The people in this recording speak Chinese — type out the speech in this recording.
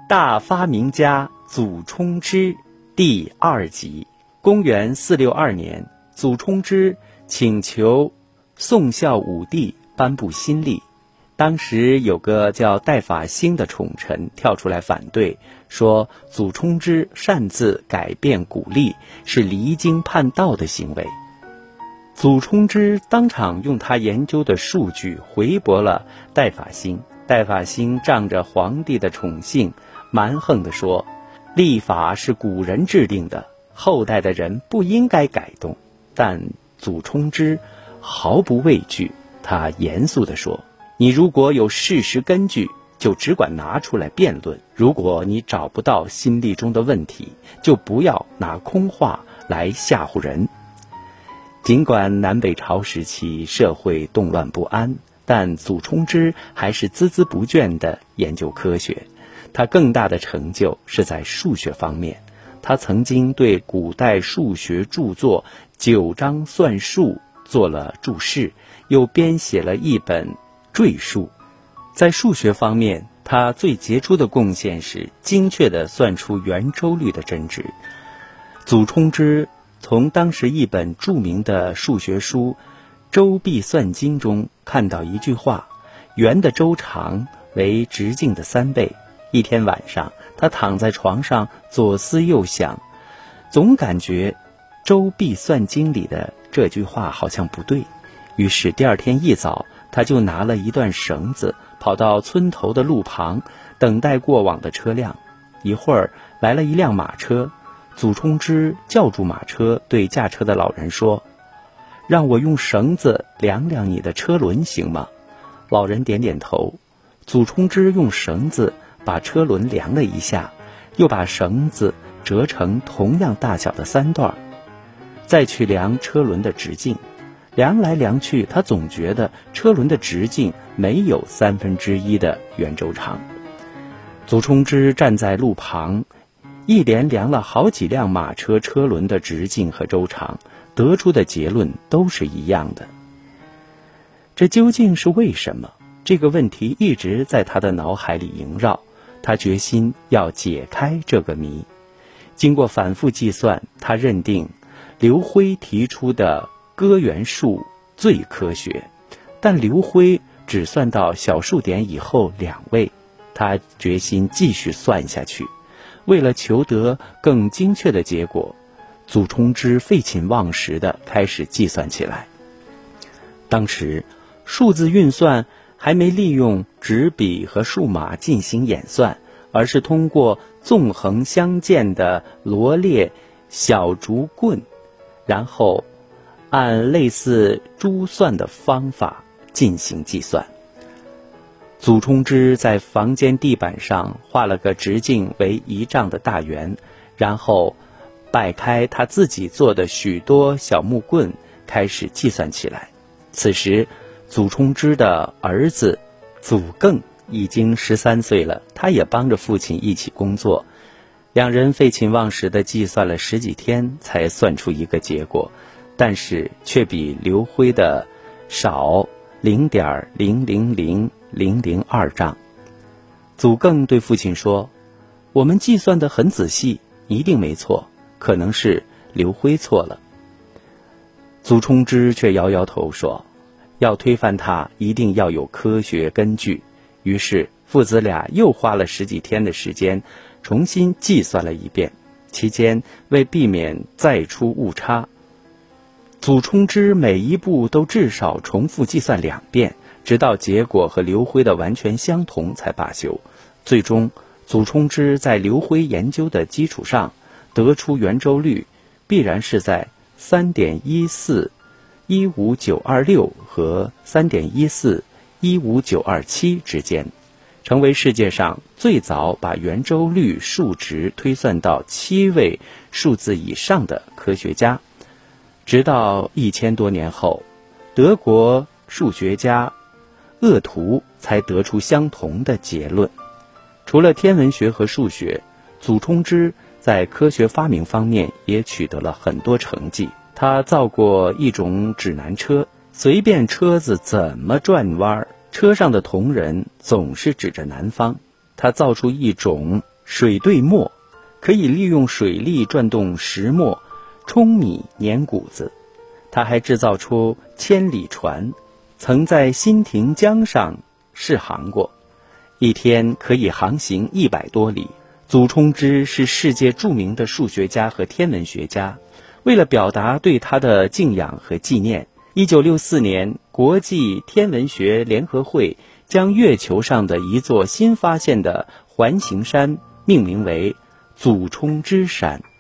大发明家祖冲之第2集。公元462年，祖冲之请求宋孝武帝颁布新历。当时有个叫戴法兴的宠臣跳出来反对，说祖冲之擅自改变古历是离经叛道的行为。祖冲之当场用他研究的数据回驳了戴法兴。戴法兴仗着皇帝的宠幸，蛮横地说，历法是古人制定的，后代的人不应该改动。但祖冲之毫不畏惧，他严肃地说，你如果有事实根据，就只管拿出来辩论，如果你找不到新历中的问题，就不要拿空话来吓唬人。尽管南北朝时期社会动乱不安，但祖冲之还是孜孜不倦地研究科学。他更大的成就是在数学方面，他曾经对古代数学著作《九章算术》做了注释，又编写了一本赘述。在数学方面，他最杰出的贡献是精确地算出圆周率的真值。祖冲之从当时一本著名的数学书《周髀算经》中看到一句话，圆的周长为直径的3倍。一天晚上，他躺在床上左思右想，总感觉《周髀算经》里的这句话好像不对。于是第2天一早，他就拿了一段绳子，跑到村头的路旁，等待过往的车辆。一会儿来了一辆马车，祖冲之叫住马车，对驾车的老人说，让我用绳子量量你的车轮行吗？老人点点头。祖冲之用绳子把车轮量了一下，又把绳子折成同样大小的3段，再去量车轮的直径。量来量去，他总觉得车轮的直径没有1/3的圆周长。祖冲之站在路旁，一连量了好几辆马车车轮的直径和周长，得出的结论都是一样的。这究竟是为什么？这个问题一直在他的脑海里萦绕，他决心要解开这个谜。经过反复计算，他认定刘辉提出的割圆数最科学，但刘辉只算到小数点以后2位。他决心继续算下去。为了求得更精确的结果，祖冲之废寝忘食地开始计算起来。当时数字运算还没利用纸笔和数码进行演算，而是通过纵横相间的罗列小竹棍，然后按类似珠算的方法进行计算。祖冲之在房间地板上画了个直径为1丈的大圆，然后摆开他自己做的许多小木棍，开始计算起来。此时祖冲之的儿子祖艮已经13岁了，他也帮着父亲一起工作。2人废寝忘食地计算了10几天，才算出一个结果，但是却比刘辉的少0.000002丈。祖艮对父亲说，我们计算得很仔细，一定没错，可能是刘辉错了。祖冲之却摇摇头说，要推翻他一定要有科学根据。于是父子俩又花了10几天的时间重新计算了一遍，期间为避免再出误差，祖冲之每一步都至少重复计算2遍，直到结果和刘辉的完全相同才罢休。最终祖冲之在刘辉研究的基础上得出圆周率必然是在3.1415926和3.1415927之间，成为世界上最早把圆周率数值推算到7位数字以上的科学家。直到1000多年后，德国数学家厄图才得出相同的结论。除了天文学和数学，祖冲之在科学发明方面也取得了很多成绩。他造过一种指南车，随便车子怎么转弯，车上的铜人总是指着南方。他造出一种水兑磨，可以利用水力转动石磨，冲米碾谷子。他还制造出千里船，曾在新亭江上试航过，一天可以航行100多里。祖冲之是世界著名的数学家和天文学家，为了表达对他的敬仰和纪念，1964年国际天文学联合会将月球上的一座新发现的环形山命名为祖冲之山。